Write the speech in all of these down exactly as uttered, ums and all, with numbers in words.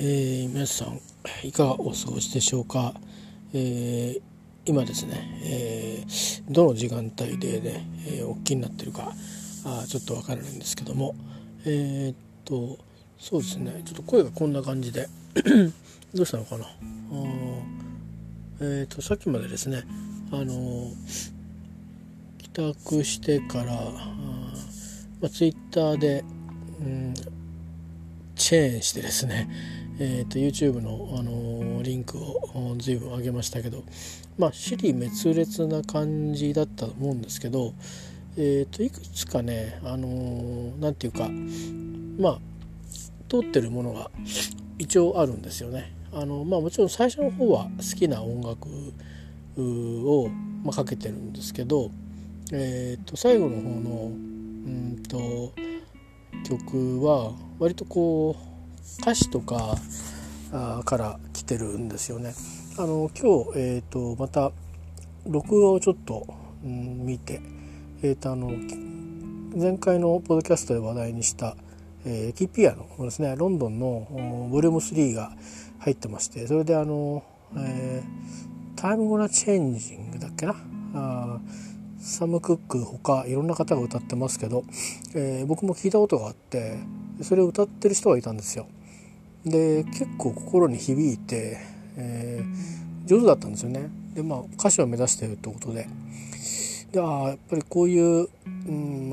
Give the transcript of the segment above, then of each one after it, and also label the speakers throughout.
Speaker 1: えー、皆さんいかがお過ごしでしょうか。えー、今ですね、えー、どの時間帯でね、えー、おっきになってるかあちょっとわからないんですけども、えー、っとそうですね、ちょっと声がこんな感じでどうしたのかな。あえー、っとさっきまでですね、あのー、帰宅してからあ、まあ、ツイッターで、うん、チェーンしてですね、えー、と YouTube の、あのー、リンクを随分上げましたけど、まあ支離滅裂な感じだったと思うんですけど、えー、といくつかね、あのー、なんていうか、まあ通ってるものが一応あるんですよね。あのまあもちろん最初の方は好きな音楽を、まあ、かけてるんですけど、えー、と最後の方のうんと曲は割とこう歌詞とかから来てるんですよね。あの今日、えー、とまた録画をちょっと、うん、見て、えー、とあの前回のポッドキャストで話題にした、えー、キピアのですね、ロンドンのボリュームスリーが入ってまして、それであの、えー、タイムゴナチェンジングだっけな、あサム・クックほかいろんな方が歌ってますけど、えー、僕も聞いたことがあって、それを歌ってる人がいたんですよ。で結構心に響いて、えー、上手だったんですよね。でまあ歌手を目指しているってことで、であやっぱりこういう、うん、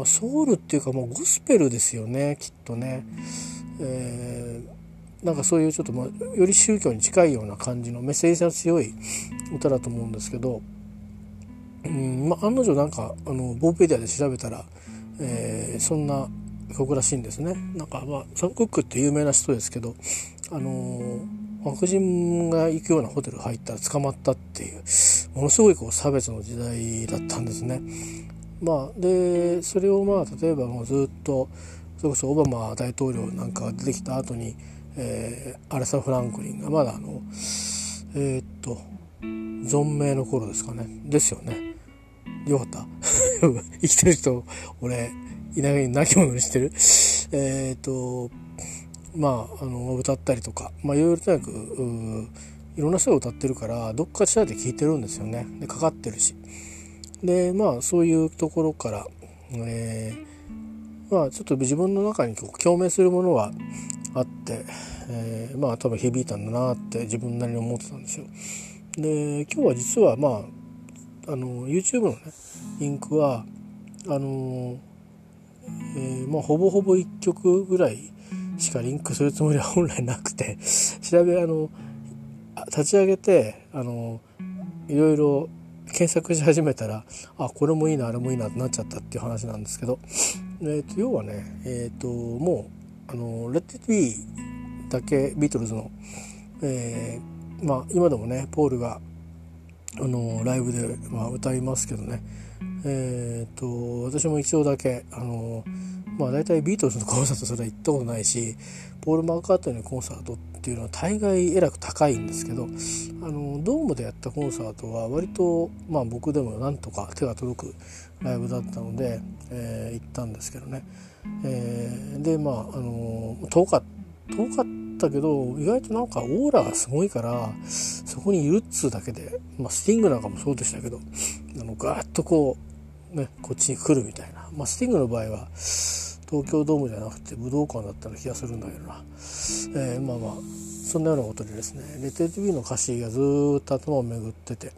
Speaker 1: ソウルっていうかもうゴスペルですよね、きっとね。えー、なんかそういうちょっと、まあ、より宗教に近いような感じのメッセージの強い歌だと思うんですけど、うんまあ、案の定なんかあのボーペディアで調べたら、えー、そんな曲らしいんですね。なんかまあサム・クックって有名な人ですけど、あのー、白人が行くようなホテル入ったら捕まったっていうものすごいこう差別の時代だったんですね。まあでそれをまあ例えばもうずっとそれこそオバマ大統領なんかが出てきた後に、えー、アレサ・フランクリンがまだあのえー、っと存命の頃ですかねですよね。よかった生きてる人俺いない亡き者にしてるえっとまああの歌ったりとか、まあいろいろとにかくいろんな人が歌ってるからどっかしらで聴いてるんですよね。でかかってるし、でまあそういうところから、えー、まあちょっと自分の中にこう共鳴するものがあって、えー、まあ多分響いたんだなって自分なりに思ってたんですよ。で今日は実はまああの YouTube のねリンクはあの、えーまあ、ほぼほぼいっきょくぐらいしかリンクするつもりは本来なくて調べあの立ち上げてあのいろいろ検索し始めたらあこれもいいなあれもいいなってなっちゃったっていう話なんですけど、えー、と要はね、えー、ともうあのレッド・イット・ビーだけビートルズの、えーまあ、今でもねポールがあのライブでは歌いますけどね、えー、と私も一度だけあのまあ大体ビートルズのコンサートそれは行ったことないし、ポール・マッカートニーのコンサートっていうのは大概えらく高いんですけど、あのドームでやったコンサートは割とまあ僕でもなんとか手が届くライブだったので、えー、行ったんですけどね、えー、でまああの遠か遠かったけど意外となんかオーラがすごいからそこにいるっつうだけで、まあ、スティングなんかもそうでしたけどあのガーッとこうねこっちに来るみたいな、まあ、スティングの場合は東京ドームじゃなくて武道館だったような気がするんだけどな、えー、まあまあそんなようなことでですねレテレティビーの歌詞がずっと頭を巡ってて、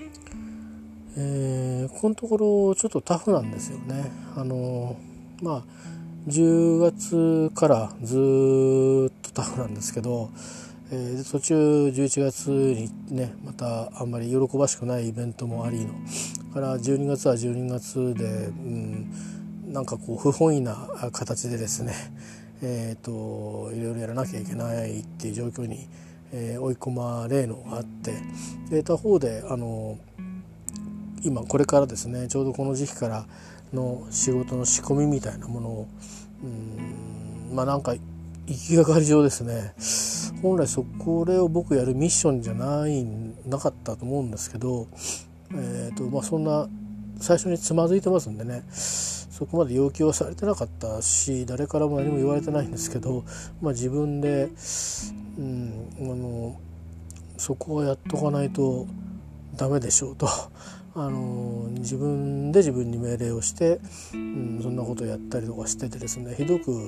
Speaker 1: えー、このところちょっとタフなんですよね。あのー、まあじゅうがつからずっとタフなんですけど、えー、途中じゅういちがつにねまたあんまり喜ばしくないイベントもありのからじゅうにがつはじゅうにがつで、うん、なんかこう不本意な形でですね、えー、といろいろやらなきゃいけないっていう状況に、えー、追い込まれるのがあって、で他方であの今これからですねちょうどこの時期からの仕事の仕込みみたいなものをうんまあなんか行きがかり上ですね、本来そこれを僕やるミッションじゃないなかったと思うんですけど、えーとまあ、そんな最初につまずいてますんでねそこまで要求はされてなかったし誰からも何も言われてないんですけど、まあ、自分でうん、あのそこはやっとかないとダメでしょうとあの自分で自分に命令をして、うん、そんなことをやったりとかしててですね、ひどく、うん、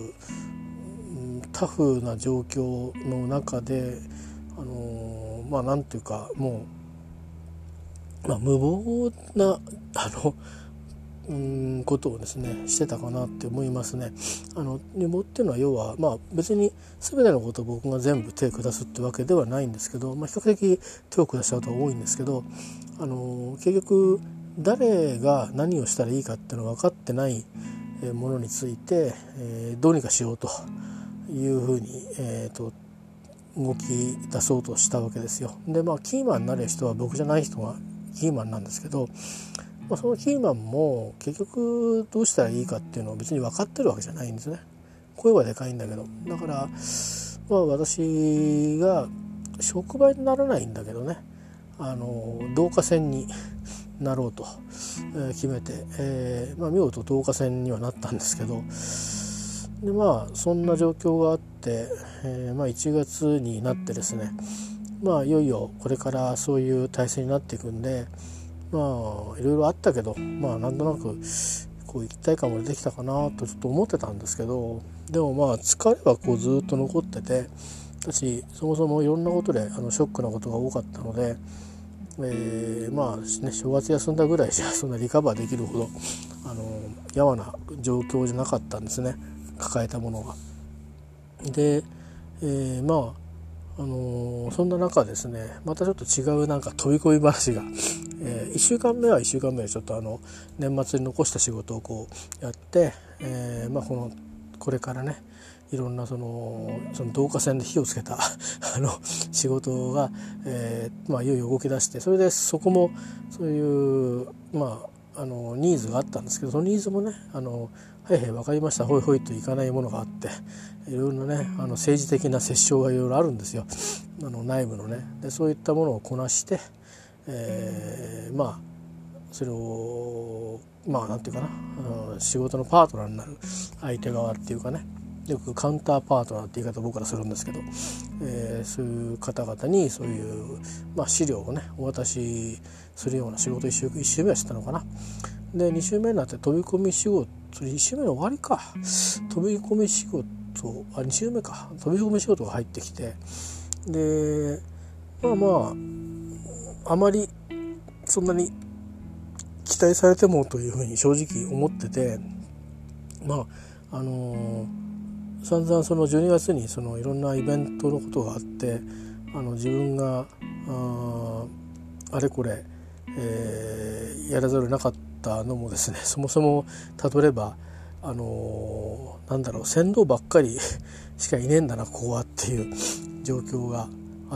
Speaker 1: タフな状況の中で、あのまあなんていうかもう、まあ、無謀なあのうんことをですねしてたかなって思いますね。あの無謀っていうのは要は、まあ、別に全てのことを僕が全部手を下すってわけではないんですけど、まあ、比較的手を下したことが多いんですけど、あの結局誰が何をしたらいいかっていうのが分かってないものについて、えー、どうにかしようというふうに、えーと、動き出そうとしたわけですよ。でまあキーマンになる人は僕じゃない人がキーマンなんですけど、まあ、そのキーマンも結局どうしたらいいかっていうのは別に分かってるわけじゃないんですね。声はでかいんだけど、だから、まあ、私が触媒にならないんだけどね、あの導火線になろうと、えー、決めて、えーまあ、見事導火線にはなったんですけど、でまあそんな状況があって、えーまあ、いちがつになってですね、まあいよいよこれからそういう体制になっていくんで、まあいろいろあったけど、まあなんとなくこう一体感も出てきたかなとちょっと思ってたんですけど、でもまあ疲れはこうずっと残ってて、私そもそもいろんなことであのショックなことが多かったので、えー、まあね正月休んだぐらいじゃそんなリカバーできるほどあのやわな状況じゃなかったんですね、抱えたものが。で、えー、まああのー、そんな中ですね、またちょっと違うなんか飛び込み話が、えー、いっしゅうかんめはいっしゅうかんめでちょっとあの年末に残した仕事をこうやって、えーまあ、このこれからねいろんなそのその導火線で火をつけたあの仕事が、えーまあ、いよいよ動き出して、それでそこもそういうまああのニーズがあったんですけど、そのニーズもねあのはいはい分かりましたほいほいといかないものがあって、いろいろねあの政治的な折衝がいろいろあるんですよ、あの内部のね。でそういったものをこなして、えー、まあそれをまあなんていうかな、あの仕事のパートナーになる相手側っていうかね、よくカウンターパートナーって言い方を僕らするんですけど、えー、そういう方々にそういう、まあ、資料をねお渡しするような仕事をいっ週、いっ週目はしてたのかな。でに週目になって飛び込み仕事、いっ週目の終わりか、飛び込み仕事あに週目か飛び込み仕事が入ってきて、でまあまああまりそんなに期待されてもというふうに正直思ってて、まああのー、散々そのじゅうにがつにそのいろんなイベントのことがあって、あの自分が あ, あれこれ、えー、やらざるを得なかったのもですね、そもそも例えばあのー、なんだろう船頭ばっかりしかいねえんだなここはっていう状況があって、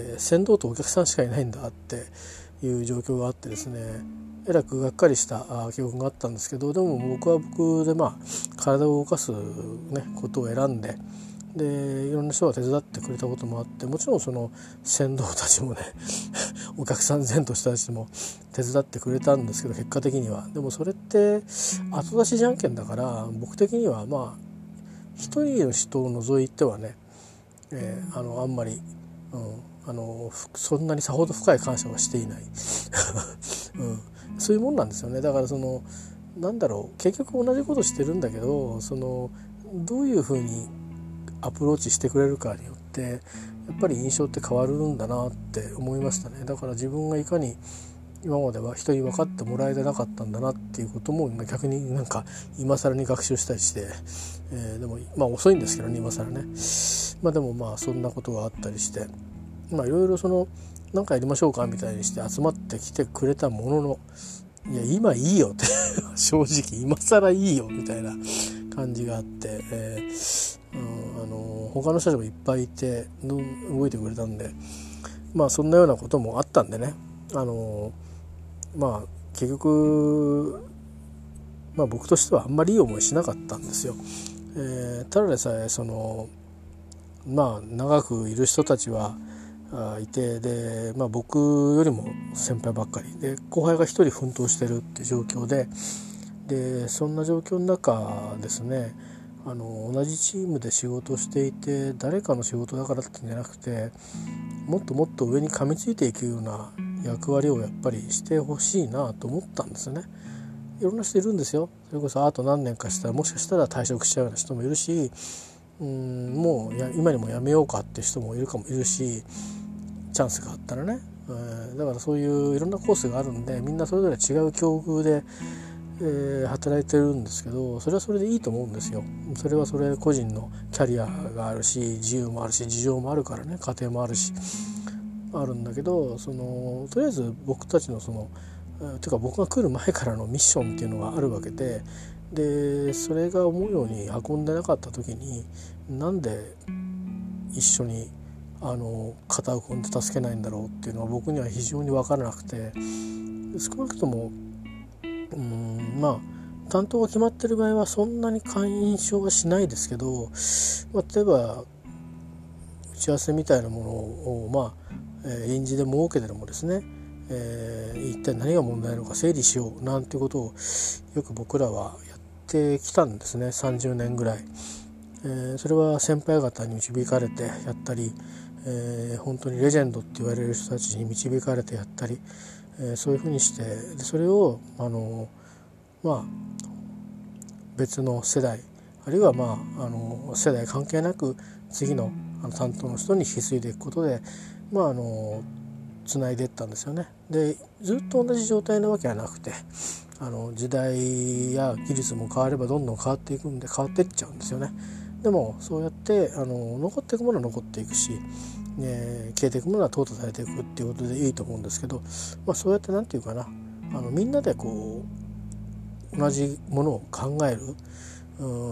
Speaker 1: 船頭とお客さんしかいないんだっていう状況があってですね、えらくがっかりした記憶があったんですけど、でも僕は僕でまあ体を動かす、ね、ことを選んで、でいろんな人が手伝ってくれたこともあって、もちろんその船頭たちもねお客さん前としたちも手伝ってくれたんですけど、結果的にはでもそれって後出しじゃんけんだから、僕的にはまあ一人の人を除いてはね、えー、あのあんまり、うん、あのそんなにさほど深い感謝はしていない、うん、そういうもんなんですよね。だからそのなんだろう、結局同じことしてるんだけど、そのどういうふうにアプローチしてくれるかによってやっぱり印象って変わるんだなって思いましたね。だから自分がいかに今までは人に分かってもらえてなかったんだなっていうことも逆になんか今更に学習したりして、えー、でもまあ遅いんですけどね今更ね、まあでもまあそんなことがあったりして、まあいろいろその何かやりましょうかみたいにして集まってきてくれたものの、いや今いいよって正直今更いいよみたいな感じがあって、えーうん、あの他の人たちもいっぱいいて動いてくれたんで、まあそんなようなこともあったんでね、あのまあ結局、まあ、僕としてはあんまりいい思いしなかったんですよ。えー、ただでさえそのまあ長くいる人たちはいて、で、まあ、僕よりも先輩ばっかりで後輩が一人奮闘してるっていう状況で、でそんな状況の中ですね、 あの同じチームで仕事をしていて誰かの仕事だからってんじゃなくて、もっともっと上に噛みついていくような役割をやっぱりしてほしいなと思ったんですよね。いろんな人いるんですよ。それこそあと何年かしたらもしかしたら退職しちゃうような人もいるし、うーんもうや今にもやめようかって人もいるかもいるし、チャンスがあったらね、えー、だからそういういろんなコースがあるんで、みんなそれぞれ違う境遇で、えー、働いてるんですけど、それはそれでいいと思うんですよ。それはそれ個人のキャリアがあるし、自由もあるし、事情もあるからね、家庭もあるしあるんだけど、そのとりあえず僕たちのそのてか僕が来る前からのミッションっていうのがあるわけで、でそれが思うように運んでなかった時になんで一緒にあの肩を組んで助けないんだろうっていうのは僕には非常に分からなくて、少なくともうーんまあ担当が決まってる場合はそんなに会員証はしないですけど、まあ、例えば打ち合わせみたいなものをまあ、えー、臨時で設けてでもですね、えー、一体何が問題なのか整理しようなんてことをよく僕らはやってきたんですね。さんじゅうねんぐらい、えー、それは先輩方に導かれてやったり、えー、本当にレジェンドって言われる人たちに導かれてやったり、えー、そういうふうにしてでそれをあのまあ別の世代あるいはまああの世代関係なく次のあの担当の人に引き継いでいくことでまああのつないでいったんですよね。でずっと同じ状態なわけはなくて、あの時代や技術も変わればどんどん変わっていくんで変わっていっちゃうんですよね。でもそうやってあの残っていくものは残っていくし、ね、消えていくものは淘汰されていくっていうことでいいと思うんですけど、まあ、そうやってなんていうかなあのみんなでこう同じものを考える、うん、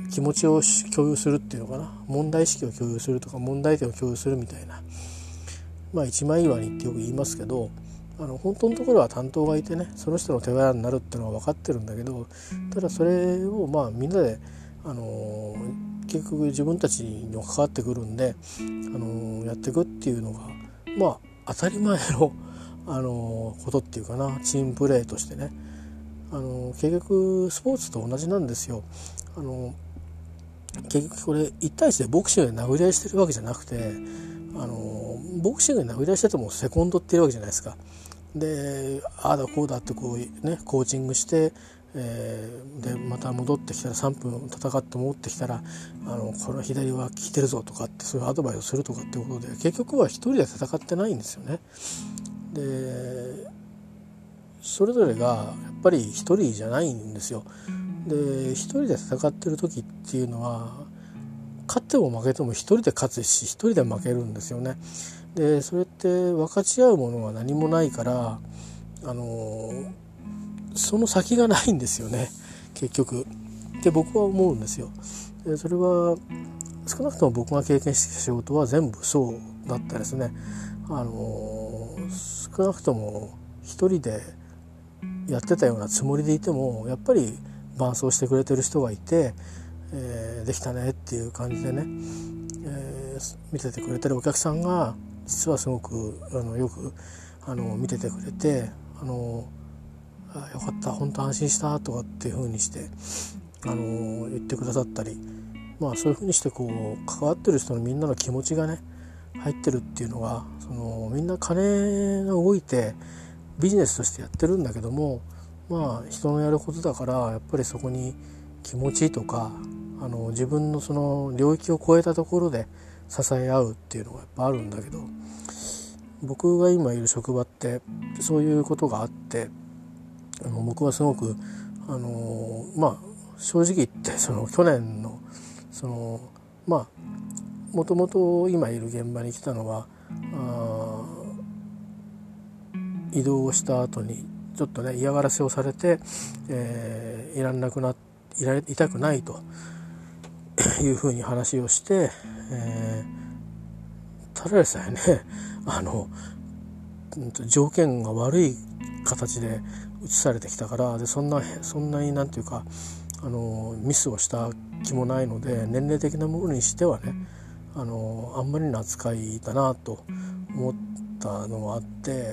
Speaker 1: 気持ちを共有するっていうのかな、問題意識を共有するとか問題点を共有するみたいな、まあ一枚岩にってよく言いますけど、あの本当のところは担当がいてねその人の手柄になるっていうのは分かってるんだけど、ただそれをまあみんなで、あのー、結局自分たちにも関わってくるんで、あのー、やっていくっていうのがまあ当たり前の、あのー、ことっていうかな、チームプレーとしてね、あのー、結局スポーツと同じなんですよ。あのー、結局これ一対一でボクシングで殴り合いしてるわけじゃなくて、あのボクシングで殴り合いしててもセコンドっているわけじゃないですか。でああだこうだってこうねコーチングして、えー、でまた戻ってきたらさんぷん戦って戻ってきたらあのこの左は効いてるぞとかってそういうアドバイスをするとかっていうことで結局は一人で戦ってないんですよね。でそれぞれがやっぱり一人じゃないんですよ。で一人で戦ってる時っていうのは勝っても負けても一人で勝つし一人で負けるんですよね。でそれって分かち合うものは何もないから、あのその先がないんですよね結局って僕は思うんですよ。でそれは少なくとも僕が経験してきた仕事は全部そうだったですね。あの少なくとも一人でやってたようなつもりでいてもやっぱり伴走してくれてる人がいて、えー、できたねっていう感じでね、えー、見ててくれてるお客さんが実はすごくあのよくあの見ててくれて、あのあよかった本当安心したとかっていう風にしてあの言ってくださったり、まあそういう風にしてこう関わってる人のみんなの気持ちがね入ってるっていうのが、そのみんな金が動いてビジネスとしてやってるんだけども、まあ人のやることだからやっぱりそこに気持ちとかあの自分のその領域を超えたところで支え合うっていうのがやっぱあるんだけど、僕が今いる職場ってそういうことがあって、あの僕はすごくあのまあ正直言ってその去年のそのまあもともと今いる現場に来たのはあ移動をした後にちょっとね嫌がらせをされて、えー、いらなくないられいたくないというふうに話をして、えー、ただでさえねあの条件が悪い形で移されてきたから、でそんなそんなになんていうかあのミスをした気もないので、年齢的なものにしてはねあのあんまりの扱いだなと思ったのもあって、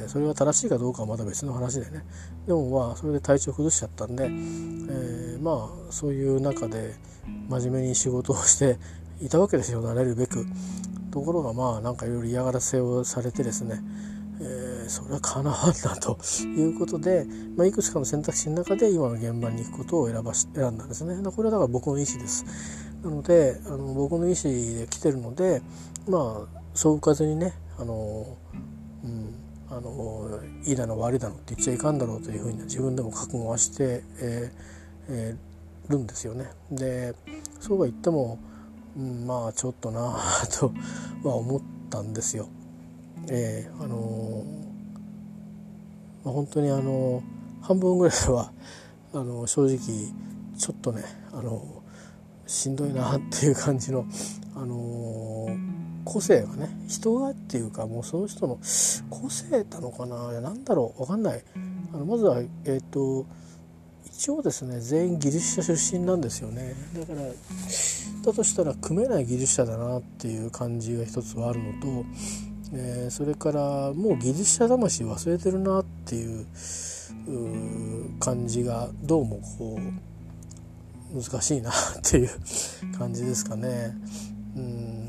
Speaker 1: それが正しいかどうかはまた別の話でね、でもまあそれで体調崩しちゃったんで、えー、まあそういう中で真面目に仕事をしていたわけですよ、慣れるべく。ところがまあなんかいろいろ嫌がらせをされてですね、えー、それはかなわんなということで、まあ、いくつかの選択肢の中で今の現場に行くことを選ばし選んだんですね。これはだから僕の意思です。なのであの僕の意思で来てるので、まあそう浮かずにね、あの、うん、あのいいだの悪いだのって言っちゃいかんだろうというふうに自分でも覚悟はして、えーえー、るんですよね。でそうは言っても、うん、まあちょっとなとは思ったんですよ。えー、あのまあ、本当にあの半分ぐらいはあの正直ちょっとね、あのしんどいなっていう感じの、あの個性がね、人がっていうか、もうその人の個性なのかな、いやなんだろう、分かんない。あのまずはえっと一応ですね、全員技術者出身なんですよね。だからだとしたら組めない技術者だなっていう感じが一つはあるのと、えー、それからもう技術者魂忘れてるなっていう、う感じがどうもこう難しいなっていう感じですかね。うん、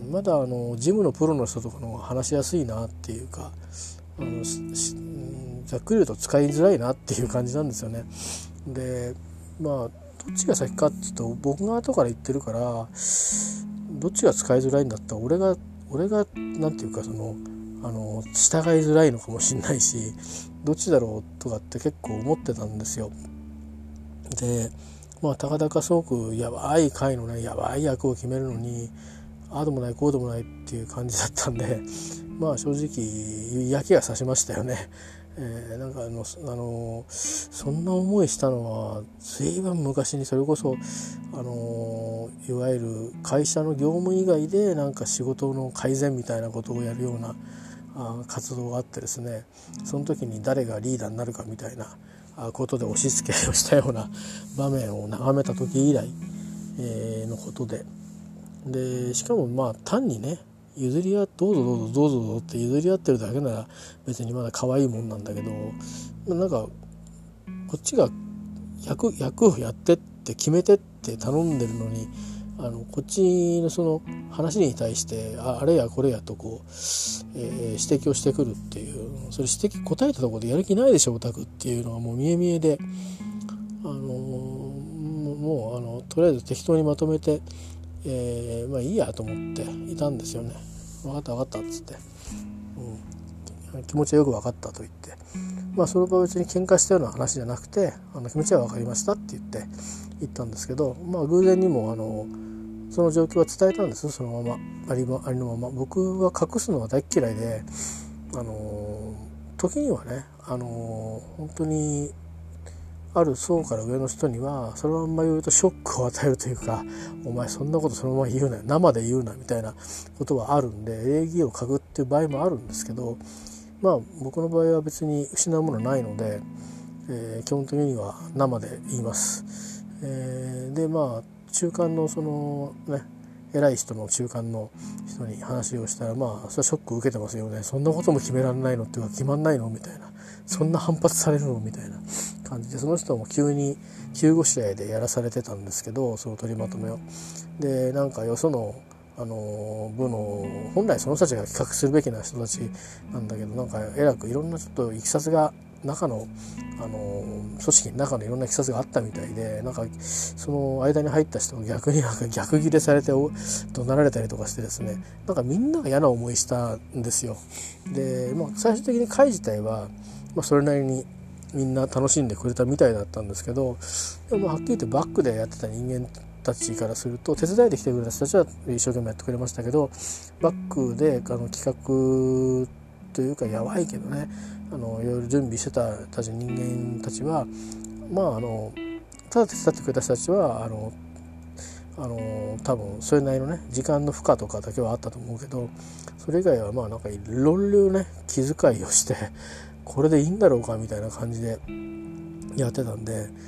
Speaker 1: まだあのジムのプロの人とかの方が話しやすいなっていうか、あのざっくり言うと使いづらいなっていう感じなんですよね。でまあどっちが先かっていうと、僕が後から言ってるから、どっちが使いづらいんだったら俺が俺がなんていうか、そのあの従いづらいのかもしれないし、どっちだろうとかって結構思ってたんですよ。でまあたかだかすごくやばい回のね、やばい役を決めるのにああでもないこうでもないっていう感じだったんで、まあ正直嫌気がさしましたよね。えー、なんかあのあのそんな思いしたのは随分昔に、それこそあのいわゆる会社の業務以外でなんか仕事の改善みたいなことをやるようなあ活動があってですね、その時に誰がリーダーになるかみたいなことで押し付けをしたような場面を眺めた時以来、えー、のことで、でしかもまあ単にね、譲り合どうぞどうぞどうぞどうぞって譲り合ってるだけなら別にまだ可愛いもんなんだけど、なんかこっちが役役をやってって決めてって頼んでるのに、あのこっちのその話に対してああれやこれやとこう、えー、指摘をしてくるっていう、それ指摘答えたところでやる気ないでしょオタクっていうのがもう見え見えで、あのー、もうあのとりあえず適当にまとめて、えー、まあいいやと思っていたんですよね。分かった分かったっつって、うん、気持ちはよく分かったと言って、まあその場は別に喧嘩したような話じゃなくて、あの気持ちは分かりましたって言って言ったんですけど、まあ偶然にもあのその状況は伝えたんです。そのままあり、ありのまま。僕は隠すのは大っ嫌いで、あの時にはね、あの本当にある層から上の人にはそのまんま言うとショックを与えるというか、お前そんなことそのまま言うなよ、生で言うなみたいなことはあるんで、礼儀を欠くっていう場合もあるんですけど、まあ僕の場合は別に失うものないので、えー、基本的には生で言います。えー、でまあ中間のそのね、偉い人の中間の人に話をしたら、まあそれはショックを受けてますよね。そんなことも決められないのっていうか、決まんないのみたいな、そんな反発されるのみたいな感じで、その人も急に急ごしらえでやらされてたんですけど、その取りまとめを。でなんかよそのあの部の本来その人たちが企画するべきな人たちなんだけど、なんかえらくいろんなちょっといきさつが中のあの組織の中のいろんないきさつがあったみたいで、なんかその間に入った人が逆になんか逆ギレされて怒鳴られたりとかしてですね、なんかみんなが嫌な思いしたんですよ。で、まあ、最終的に会自体は、まあ、それなりにみんな楽しんでくれたみたいだったんですけど、でもはっきり言ってバックでやってた人間たちからすると、手伝いで来てくれた人たちは一生懸命やってくれましたけど、バックであの企画というかやばいけどね、あのいろいろ準備してたたち人間たちは、まああのただ手伝ってくれた人たちはあのあの多分それなりのね時間の負荷とかだけはあったと思うけど、それ以外はまあなんかいろいろね気遣いをしてこれでいいんだろうかみたいな感じでやってたんで、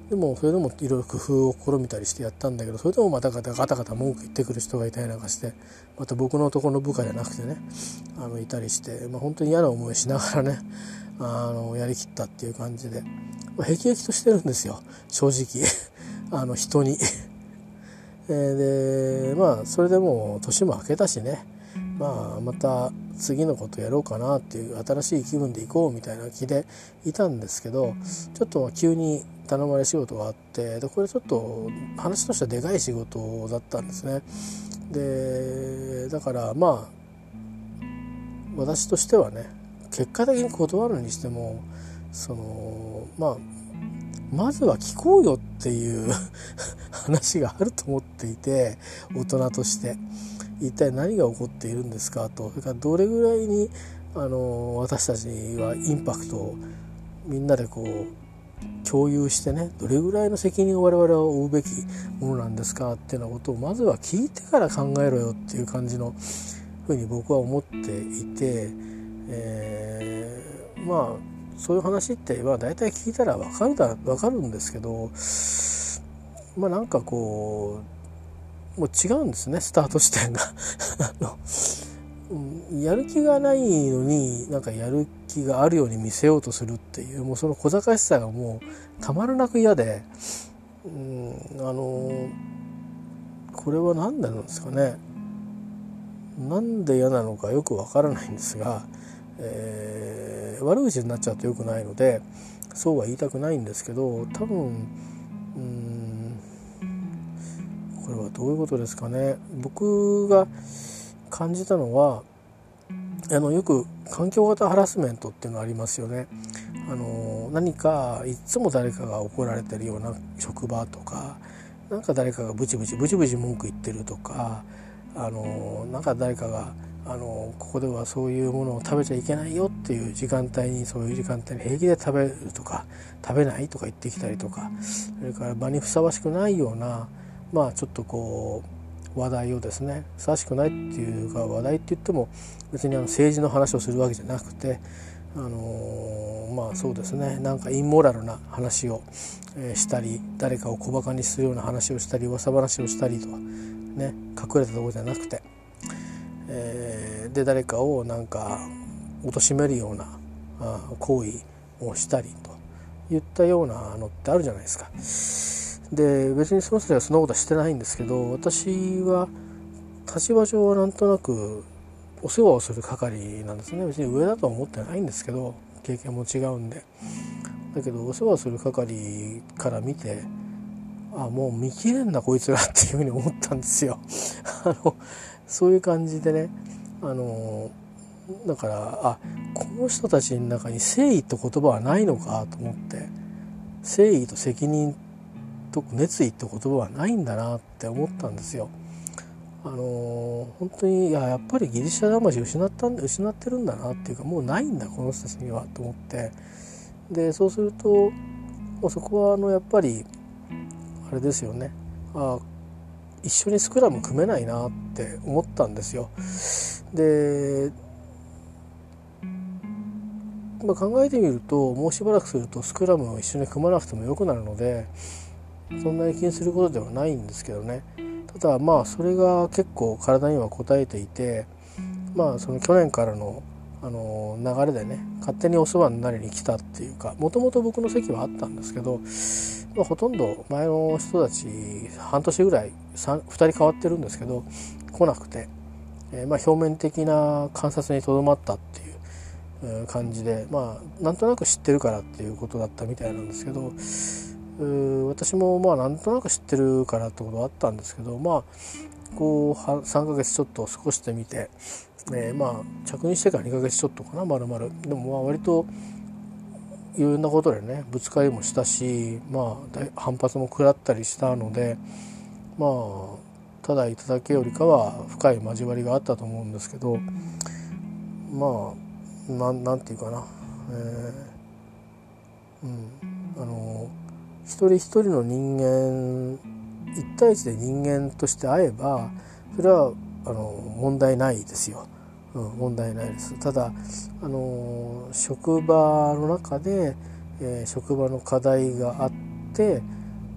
Speaker 1: でもそれでもいろいろ工夫を試みたりしてやったんだけど、それでもまたガタガタガタ文句言ってくる人がいたりなんかして、また僕のところの部下じゃなくてね、あのいたりして、まあ、本当に嫌な思いしながらね、あのやりきったっていう感じで、まあ、へきへきとしてるんですよ正直あの人にでまあそれでもう年も明けたしね、まあまた次のことやろうかなっていう新しい気分で行こうみたいな気でいたんですけど、ちょっと急に頼まれ仕事があって、でこれちょっと話としてはでかい仕事だったんですね。でだからまあ私としてはね、結果的に断るにしてもそのまあまずは聞こうよっていう話があると思っていて、大人として一体何が起こっているんですかと、それからどれぐらいにあの私たちはインパクトをみんなでこう共有してね、どれぐらいの責任を我々は負うべきものなんですかっていうようなことをまずは聞いてから考えろよっていう感じのふうに僕は思っていて、えー、まあそういう話ってまあ大体聞いたら分かるだ分かるんですけど、まあなんかこうもう違うんですね、スタート地点があの、うん、やる気がないのになんかやる気があるように見せようとするっていう、もうその小賢しさがもうたまらなく嫌で、うん、あのこれは何なんですかね、なんで嫌なのかよくわからないんですが、えー、悪口になっちゃうとよくないのでそうは言いたくないんですけど、多分うーんこれはどういうことですかね。僕が感じたのはあのよく環境型ハラスメントっていうのありますよね。あの何かいつも誰かが怒られてるような職場とか、なんか誰かがブチブチブチブチ文句言ってるとか、あのなんか誰かがあのここではそういうものを食べちゃいけないよっていう時間帯に、そういう時間帯に平気で食べるとか食べないとか言ってきたりとか、それから場にふさわしくないような、まあちょっとこう話題をですね、ふさわしくないっていうか、話題って言っても別にあの政治の話をするわけじゃなくて、あのー、まあそうですね、なんかインモラルな話を、えー、したり、誰かを小バカにするような話をしたり、噂話をしたりとね、隠れたところじゃなくて、えー、で誰かをなんか貶めるようなあ行為をしたりといったようなのってあるじゃないですか。で別にその人たちはそんなことはしてないんですけど、私は立場上はなんとなくお世話をする係なんですね。別に上だとは思ってないんですけど、経験も違うんで。だけどお世話する係から見て、あもう見切れんなこいつらっていうふうに思ったんですよあのそういう感じでね、あのだからあこの人たちの中に誠意って言葉はないのかと思って、誠意と責任と熱意って言葉はないんだなって思ったんですよ。あの本当にいややっぱりギリシャ魂失ったん失ってるんだなっていうか、もうないんだこの人たちにはと思って、でそうするともうそこはあのやっぱりあれですよね、あ一緒にスクラム組めないなって思ったんですよ。で、まあ、考えてみるともうしばらくするとスクラムを一緒に組まなくてもよくなるので、そんなに気にすることではないんですけどね。ただまあそれが結構体には応えていて、まあその去年からのあの流れでね、勝手にお世話になりに来たっていうか、もともと僕の席はあったんですけど、まあ、ほとんど前の人たち半年ぐらいふたり変わってるんですけど来なくて、えー、まあ表面的な観察にとどまったっていう感じで、まあなんとなく知ってるからっていうことだったみたいなんですけど、私もまあなんとなく知ってるからってことはあったんですけど、まあこうさんかげつちょっと過ごしてみて、えー、まあ着任してからにかげつちょっとかな、まるまるでもまあ割といろんなことでねぶつかりもしたし、まあ反発も食らったりしたので、まあただいただけよりかは深い交わりがあったと思うんですけど、まあな ん, なんていうかな、えー、うんあの一人一人の人間一対一で人間として会えばそれはあの問題ないですよ、うん、問題ないです。ただあの職場の中で、えー、職場の課題があって、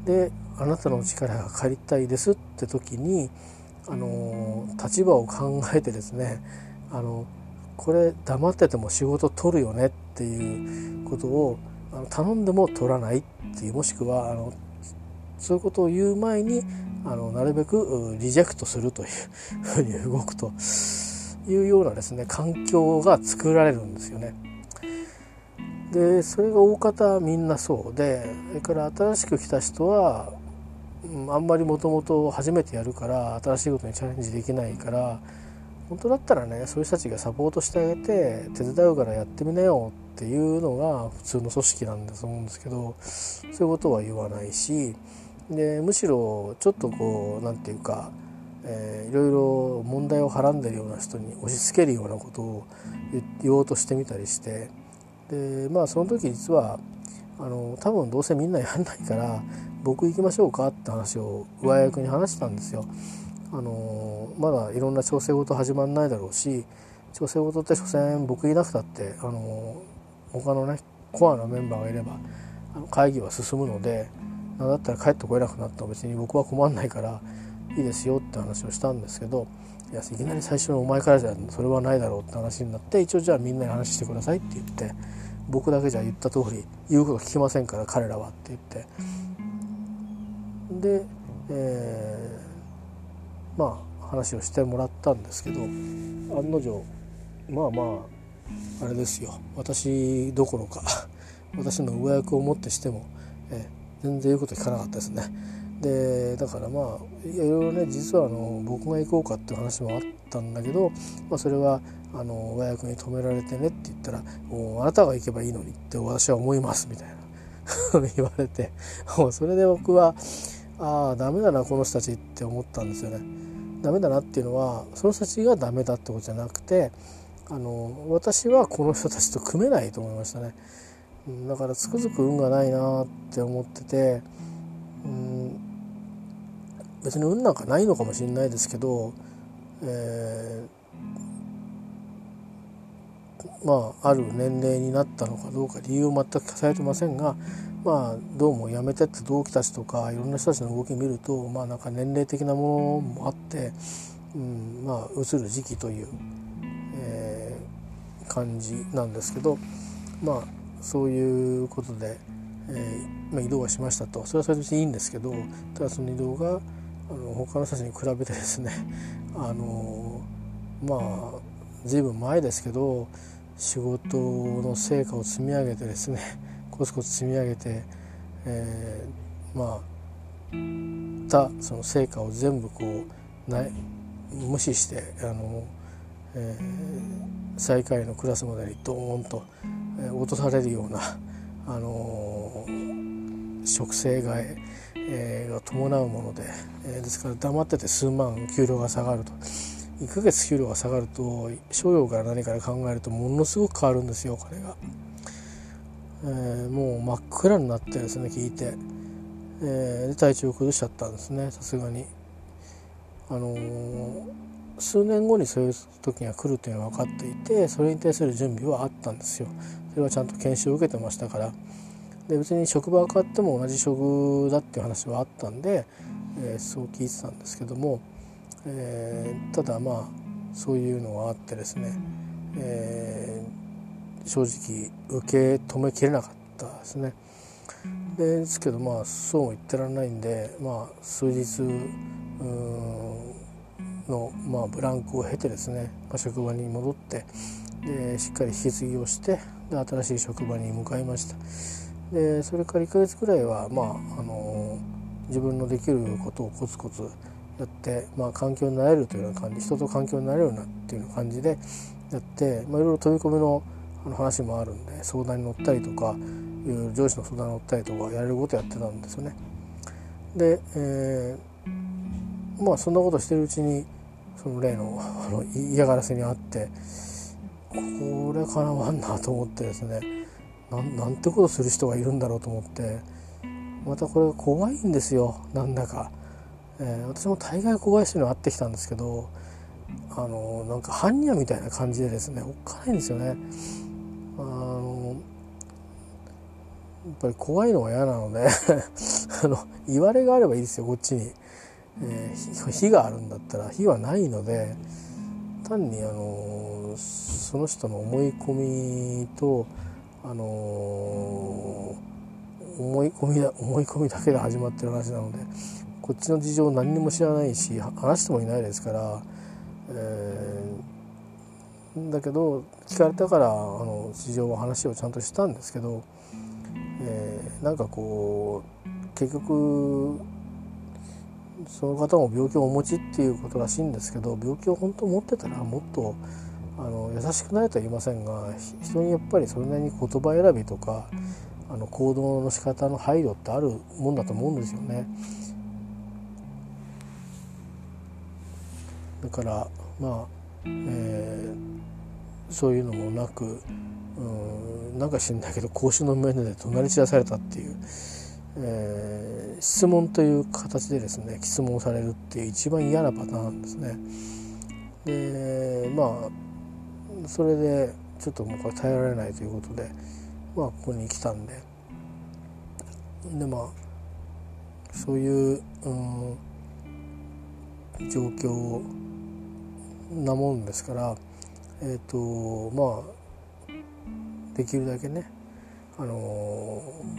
Speaker 1: であなたの力が借りたいですって時に、あの立場を考えてですね、あのこれ黙ってても仕事取るよねっていうことをあの頼んでも取らないっていう、もしくはあのそういうことを言う前にあのなるべくリジェクトするというふうに動くというようなですね環境が作られるんですよね。でそれが大方みんなそうで、それから新しく来た人は、うん、あんまりもともと初めてやるから新しいことにチャレンジできないから、本当だったらねそういう人たちがサポートしてあげて手伝うからやってみなよっていうのが普通の組織なんだと思うんですけど、そういうことは言わないし、でむしろちょっとこうなんていうか、えー、いろいろ問題をはらんでるような人に押し付けるようなことを言おうとしてみたりして、でまあその時実はあの多分どうせみんなやんないから僕行きましょうかって話を上役に話したんですよ。あのまだいろんな調整事始まんないだろうし、調整事って所詮僕いなくたってあの他のねコアなメンバーがいればあの会議は進むので、なんだったら帰ってこれなくなっても別に僕は困んないからいいですよって話をしたんですけど、いやいきなり最初のお前からじゃそれはないだろうって話になって、一応じゃあみんなに話してくださいって言って、僕だけじゃ言った通り言うこと聞きませんから彼らはって言って、で、えー、まあ話をしてもらったんですけど、案の定まあまああれですよ、私どころか私の上役をもってしても、えー、全然言うこと聞かなかったですね。でだからまあいろいろね、実はあの僕が行こうかっていう話もあったんだけど、まあ、それはあの上役に止められてねって言ったら、もうあなたが行けばいいのにって私は思いますみたいな言われて、もうそれで僕はああダメだなこの人たちって思ったんですよね。ダメだなっていうのはその人たちがダメだってことじゃなくて、あの私はこの人たちと組めないと思いましたね。だからつくづく運がないなって思ってて、うん別に運なんかないのかもしれないですけど、えー、まあある年齢になったのかどうか理由を全く聞かれてませんが、まあどうも辞めてって同期たちとかいろんな人たちの動きを見ると、まあなんか年齢的なものもあって、うん、まあ移る時期という、えー、感じなんですけど、まあそういうことで、えーまあ、移動はしましたと。それはそれでいいんですけど、ただその移動があの他の人たちに比べてですね、あのまあ随分前ですけど仕事の成果を積み上げてですねコツコツ積み上げて、えー、まあたその成果を全部こうな無視してあの、えー、最下位のクラスまでにドーンと、えー、落とされるようなあのー、職生涯えー、が伴うもので、えー、ですから黙ってて数万給料が下がると、いっかげつ給料が下がると商用から何から考えるとものすごく変わるんですよ、お金が、えー、もう真っ暗になってですね聞いて、えー、で体調を崩しちゃったんですね。さすがにあのー、数年後にそういう時が来るというのは分かっていて、それに対する準備はあったんですよ。それはちゃんと研修を受けてましたから。で別に職場が変わっても同じ職だっていう話はあったんで、えー、そう聞いてたんですけども、えー、ただまあそういうのがあってですね、えー、正直受け止めきれなかったですね。でですけどまあそうも言ってられないんで、まあ数日の、まあ、ブランクを経てですね、まあ、職場に戻ってでしっかり引き継ぎをしてで新しい職場に向かいました。でそれからいっかげつくらいは、まあ、あの自分のできることをコツコツやって、まあ、環境になれるというような感じ、人と環境になれるようなっていうような感じでやって、まあ、いろいろ飛び込みの話もあるんで相談に乗ったりとかいろいろ上司の相談に乗ったりとかやれることやってたんですよね。で、えー、まあそんなことしてるうちにその例の、あの嫌がらせにあってこれかなわんなと思ってですね、な ん, なんてことする人がいるんだろうと思って、またこれが怖いんですよなんだか、えー、私も大概怖い人に会ってきたんですけど、あのなんか般若みたいな感じでですねおっかないんですよね。あのぱり怖いのが嫌なのであの言われがあればいいですよこっちに、えー、火があるんだったら火はないので、単にあのその人の思い込みとあの思い込みだ思い込みだけで始まってる話なので、こっちの事情何にも知らないし話してもいないですから、えー、だけど聞かれたからあの事情を話をちゃんとしたんですけど、えー、なんかこう結局その方も病気をお持ちっていうことらしいんですけど、病気を本当持ってたらもっとあの優しくないとは言いませんが、人にやっぱりそれなりに言葉選びとかあの行動の仕方の配慮ってあるもんだと思うんですよね。だからまあ、えー、そういうのもなく、うん、なんか知んないけど公衆の面で怒鳴り散らされたっていう、えー、質問という形でですね質問されるっていう一番嫌なパターンですね。でまあそれでちょっともうこれ耐えられないということで、まあここに来たんで、でまあそういう、うん、状況なもんですから、えっとまあできるだけね、あの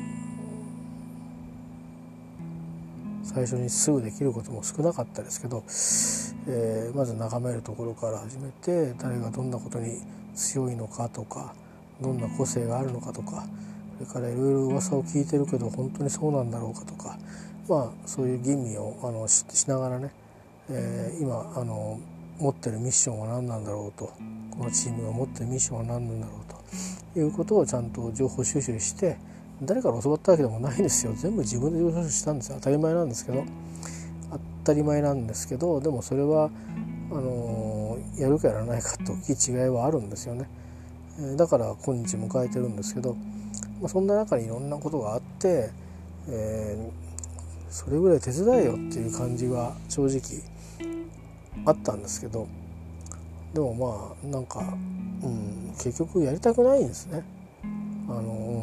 Speaker 1: ー、最初にすぐできることも少なかったですけど、えー、まず眺めるところから始めて、誰がどんなことに強いのかとか、どんな個性があるのかとか、それからいろいろ噂を聞いてるけど本当にそうなんだろうかとか、まあそういう吟味をあの し, しながらね、えー、今あの持ってるミッションは何なんだろうと、このチームが持ってるミッションは何なんだろうということをちゃんと情報収集して、誰から教わったわけでもないんですよ。全部自分で情報収集したんですよ。当たり前なんですけど当たり前なんですけどでもそれはあのー、やるかやらないかと大きい違いはあるんですよね。えー、だから今日迎えてるんですけど、まあ、そんな中にいろんなことがあって、えー、それぐらい手伝えよっていう感じは正直あったんですけど、でもまあなんか、うん、結局やりたくないんですね。あの、うん、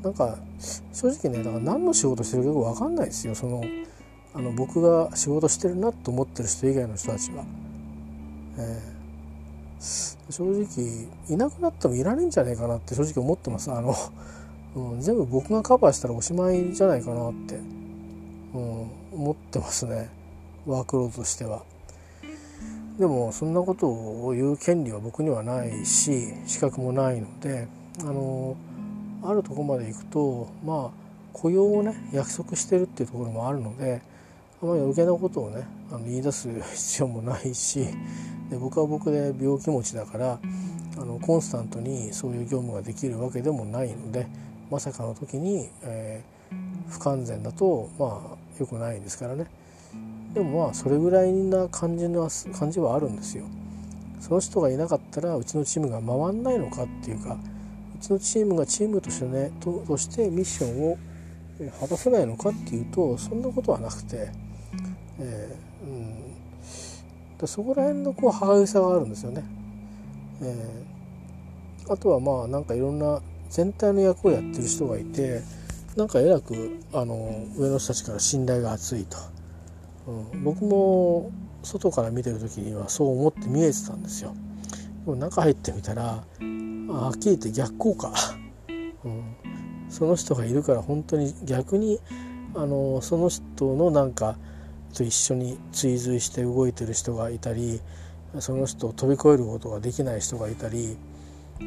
Speaker 1: なんか正直ね、だから何の仕事してるかよく分かんないですよ。そのあの僕が仕事してるなと思ってる人以外の人たちは、えー、正直いなくなってもいられんじゃねえかなって正直思ってます。あの、うん、全部僕がカバーしたらおしまいじゃないかなって、うん、思ってますね、ワークロードとしては。でもそんなことを言う権利は僕にはないし資格もないので、あのあるところまで行くとまあ雇用をね約束してるっていうところもあるので、あまり余計なことをねあの言い出す必要もないし、で僕は僕で病気持ちだからあのコンスタントにそういう業務ができるわけでもないので、まさかの時に、えー、不完全だとまあ良くないですからね。でもまあそれぐらいな感じの感じはあるんですよ。その人がいなかったらうちのチームが回んないのかっていうか、うちのチームがチームとしてね と, としてミッションを果たせないのかっていうとそんなことはなくて、えーうん、でそこら辺のこう歯がゆさがあるんですよね。えー、あとはまあなんかいろんな全体の役をやってる人がいて、なんかえらくあの上の人たちから信頼が厚いと。うん、僕も外から見てる時にはそう思って見えてたんですよ。でも中入ってみたらはっきり言って逆効果、うん、その人がいるから本当に逆にあのその人のなんかと一緒に追随して動いてる人がいたり、その人を飛び越えることができない人がいたり、うん、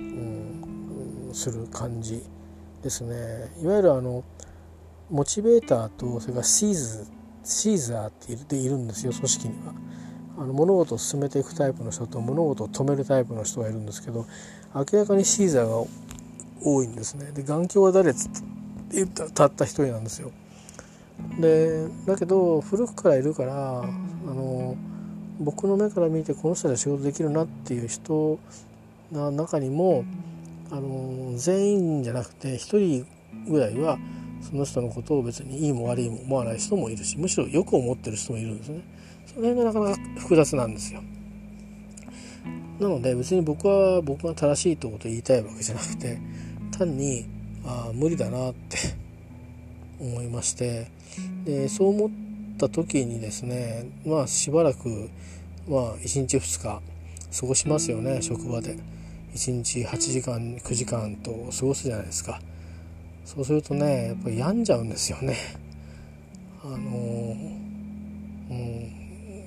Speaker 1: する感じですね。いわゆるあのモチベーターとそれからシーズシーザーってい る, でいるんですよ、組織には。あの物事を進めていくタイプの人と物事を止めるタイプの人がいるんですけど、明らかにシーザーが多いんですね。で眼鏡は誰っつって言ったらたった一人なんですよ。でだけど古くからいるからあの僕の目から見てこの人で仕事できるなっていう人の中にもあの全員じゃなくて一人ぐらいはその人のことを別にいいも悪いも思わない人もいるし、むしろよく思ってる人もいるんですね。その辺がなかなか複雑なんですよ。なので別に僕は僕が正しいということを言いたいわけじゃなくて、単にあ無理だなって思いまして、でそう思った時にですね、まあしばらくまあいちにちふつか過ごしますよね。職場でいちにちはちじかんくじかんと過ごすじゃないですか。そうするとね、やっぱり病んじゃうんですよね。あのーうん、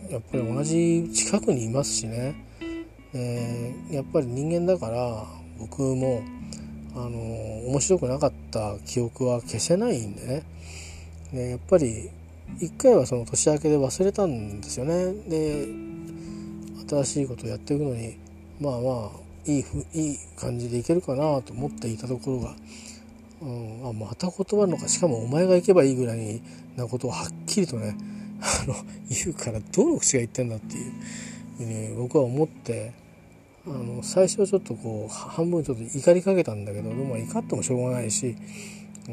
Speaker 1: やっぱり同じ近くにいますしね、えー、やっぱり人間だから僕も、あのー、面白くなかった記憶は消せないんでね、でやっぱり一回はその年明けで忘れたんですよね。で新しいことをやっていくのにまあまあいいふいい感じでいけるかなと思っていたところが、うん、あまた断るのか、しかもお前が行けばいいぐらいなことをはっきりとねあの言うから、どの口が言ってんだっていうふうに僕は思って、あの最初はちょっとこう半分ちょっと怒りかけたんだけど、でも怒ってもしょうがないし、うん、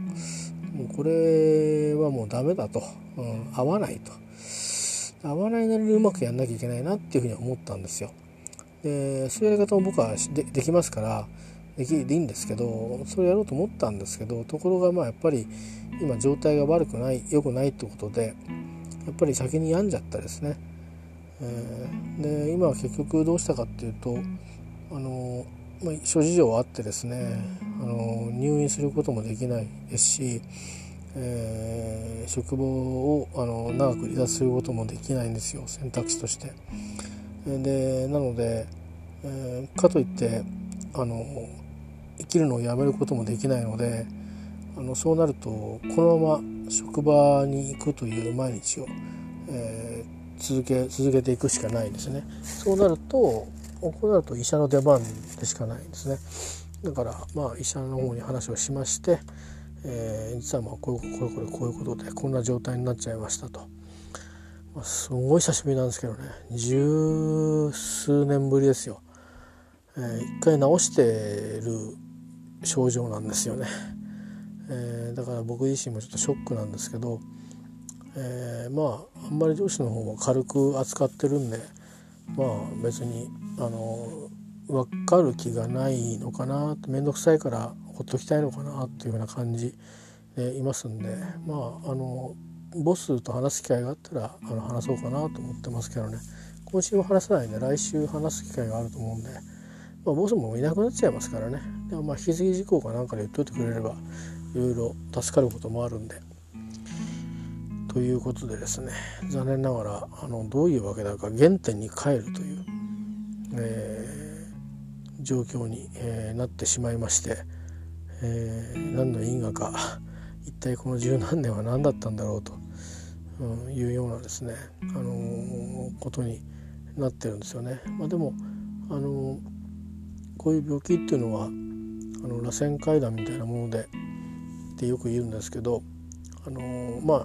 Speaker 1: もうこれはもうダメだと、うん、合わないと合わないなりにうまくやんなきゃいけないなっていうふうに思ったんですよ。でそういうやり方も僕は で, できますからできでいいんですけど、それやろうと思ったんですけど、ところがまあやっぱり今状態が悪くない良くないってことでやっぱり先に病んじゃったですね。えー、で今は結局どうしたかっていうと、あの、まあ、諸事情あってですね、あの入院することもできないですし、えー、職場をあの長く離脱することもできないんですよ、選択肢として。でなので、えー、かといってあの生きるのをやめることもできないので、あのそうなるとこのまま職場に行くという毎日を、えー、続け続けていくしかないですね。そうなるとこうなると医者の出番でしかないんですね。だからまあ医者の方に話をしまして、えー、実はまあこういうこれこれこういうことでこんな状態になっちゃいましたと。まあ、すごい久しぶりなんですけどね、十数年ぶりですよ。えー、一回治してる症状なんですよね。えー、だから僕自身もちょっとショックなんですけど、えー、まああんまり上司の方も軽く扱ってるんで、まあ別にあの分かる気がないのかな、面倒くさいからほっときたいのかなっていうような感じでいますんで、まああのボスと話す機会があったらあの話そうかなと思ってますけどね。今週は話さないんで来週話す機会があると思うんで、まあ、ボスもいなくなっちゃいますからね。でもまあ引き継ぎ事項かなんかで言っといてくれればいろいろ助かることもあるんで、ということでですね、残念ながらあのどういうわけだか原点に帰るという、えー、状況に、えー、なってしまいまして、えー、何の因果か一体この十何年は何だったんだろうというようなですね、あのー、ことになってるんですよね。まあ、でも、あのー、こういう病気っていうのはあの螺旋階段みたいなものでってよく言うんですけど、あのー、まあ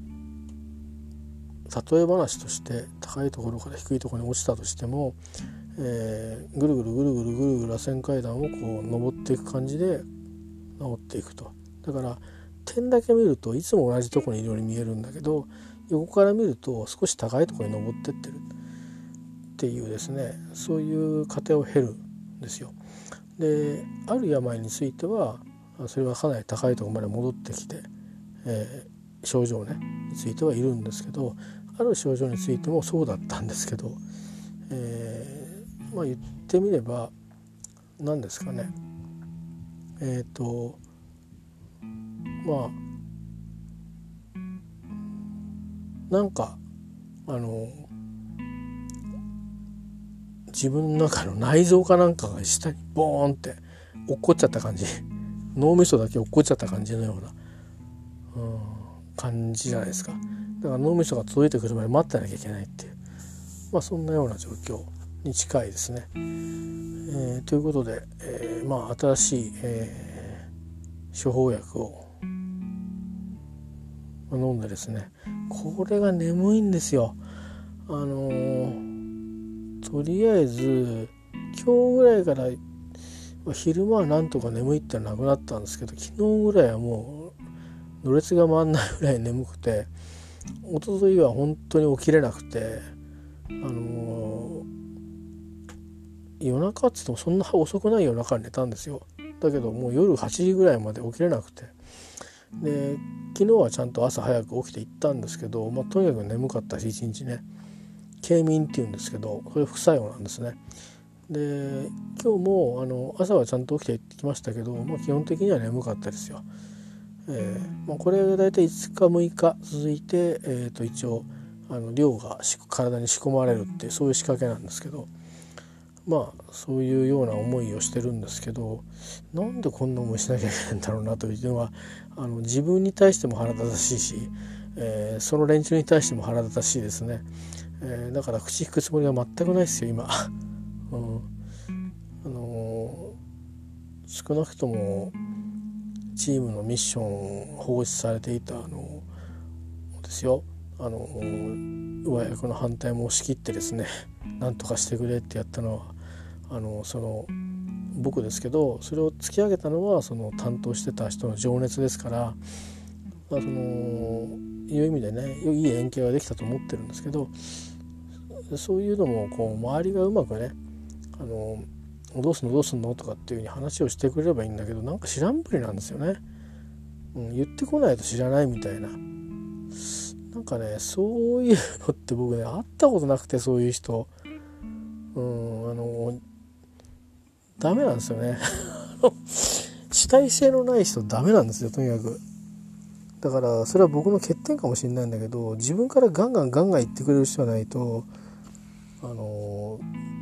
Speaker 1: 例え話として高いところから低いところに落ちたとしても、えー、ぐるぐるぐるぐるぐるぐる螺旋階段をこう登っていく感じで治っていくと。だから点だけ見るといつも同じところにいるように見えるんだけど、横から見ると少し高いところに登ってってるっていうですね、そういう過程を経るんですよ。である病についてはそれはかなり高いところまで戻ってきて、えー、症状ねについてはいるんですけど、ある症状についてもそうだったんですけど、えー、まあ言ってみれば何ですかね、えっとまあなんかあの自分の中の内臓かなんかが下にボーンって落っこっちゃった感じ、脳みそだけ落っこっちゃった感じのような、うん、感じじゃないですか。だから脳みそが届いてくるまで待ってなきゃいけないっていう、まあそんなような状況に近いですね。えー、ということで、えー、まあ新しい、えー、処方薬を飲んでですね、これが眠いんですよ。あのー、とりあえず今日ぐらいから昼間はなんとか眠いってなくなったんですけど、昨日ぐらいはもうろれつが回んないぐらい眠くて、一昨日は本当に起きれなくて、あのー、夜中って言ってもそんな遅くない夜中に寝たんですよ。だだけどもう夜はちじぐらいまで起きれなくて、で昨日はちゃんと朝早く起きて行ったんですけど、まあ、とにかく眠かったし一日ね、慶眠っていうんですけどこれ副作用なんですね。で今日もあの朝はちゃんと起きてきましたけど、まあ、基本的には眠かったですよ。えーまあ、これが大体いつかむいか続いて、えー、と一応あの量が体に仕込まれるっていうそういう仕掛けなんですけど、まあそういうような思いをしてるんですけど、なんでこんな思いしなきゃいけないんだろうなというのはあの自分に対しても腹立たしいし、えー、その連中に対しても腹立たしいですね。えー、だから口引くつもりは全くないですよ今、うん、あのー、少なくともチームのミッション放出されていたのですよ、あの上役の反対も押し切ってですね、なんとかしてくれってやったのはあのその僕ですけど、それを突き上げたのはその担当してた人の情熱ですから、まあ、そのいう意味でねいい連携はできたと思ってるんですけど、そういうのもこう周りがうまくね、あのどうすんのどうすんのとかっていう風に話をしてくれればいいんだけど、なんか知らんぷりなんですよね、うん、言ってこないと知らないみたいな、なんかねそういうのって僕ね会ったことなくて、そういう人、うん、あのダメなんですよね主体性のない人ダメなんですよとにかく。だからそれは僕の欠点かもしれないんだけど、自分からガンガンガンガン言ってくれる人がないとあの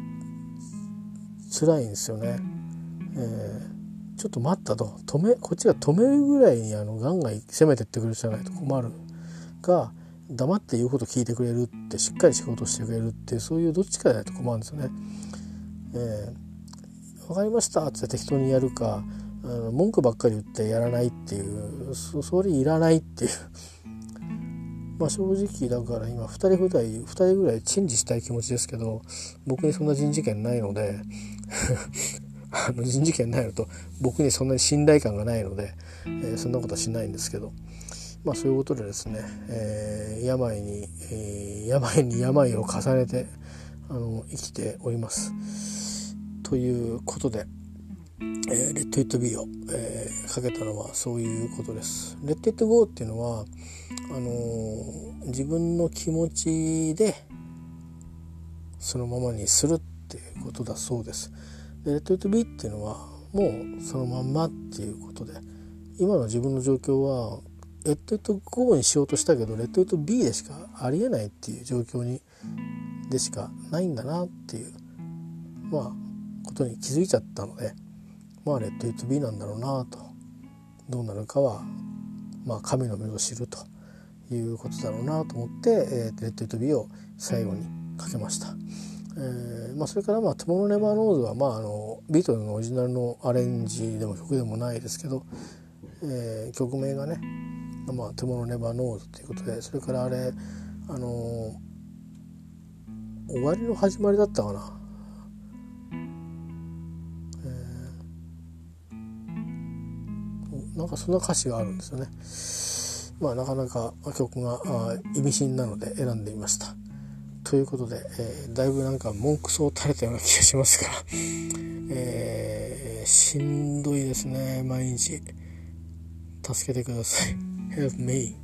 Speaker 1: 辛いんですよね。えー、ちょっと待ったと止めこっちが止めるぐらいにあのガンガン攻めてってくれる人じゃないと困るが、黙って言うこと聞いてくれるって、しっかり仕事してくれるって、そういうどっちかじゃないと困るんですよね。えー、分かりましたって適当にやるか、あの文句ばっかり言ってやらないっていう、 そ, それいらないっていうまあ正直だから今ふたりぐらいふたりぐらいチェンジしたい気持ちですけど、僕にそんな人事権ないのであの人事権ないのと僕にそんなに信頼感がないので、えー、そんなことはしないんですけど、まあそういうことでですね、えー、病に、えー、病に病を重ねてあの生きておりますということで、えー、レッド・イット・ビーを、えー、かけたのはそういうことです。レッド・イット・ゴーっていうのはあのー、自分の気持ちでそのままにするっていうことだそうです。でレッド・イット・ビーっていうのはもうそのまんまっていうことで、今の自分の状況はレッド・イット・ゴーにしようとしたけどレッド・イット・ビーでしかありえないっていう状況にでしかないんだなっていうまあことに気づいちゃったので、まあレッド・イット・ビーなんだろうなと、どうなるかはまあ神の目を知るということだろうなと思って、えー、レッド・イット・ビーを最後にかけました。えーまあ、それから、まあ「トゥモロー・ネバー・ノーズ」は、まあ、あのビートルズのオリジナルのアレンジでも曲でもないですけど、えー、曲名がね「まあ、トゥモロー・ネバー・ノーズ」ということで、それからあれあのー、終わりの始まりだったかな、えー、なんかそんな歌詞があるんですよね。まあなかなか曲が意味深なので選んでみました。ということで、えー、だいぶなんか文句そう垂れたような気がしますが、えー、しんどいですね毎日。助けてください。Help me.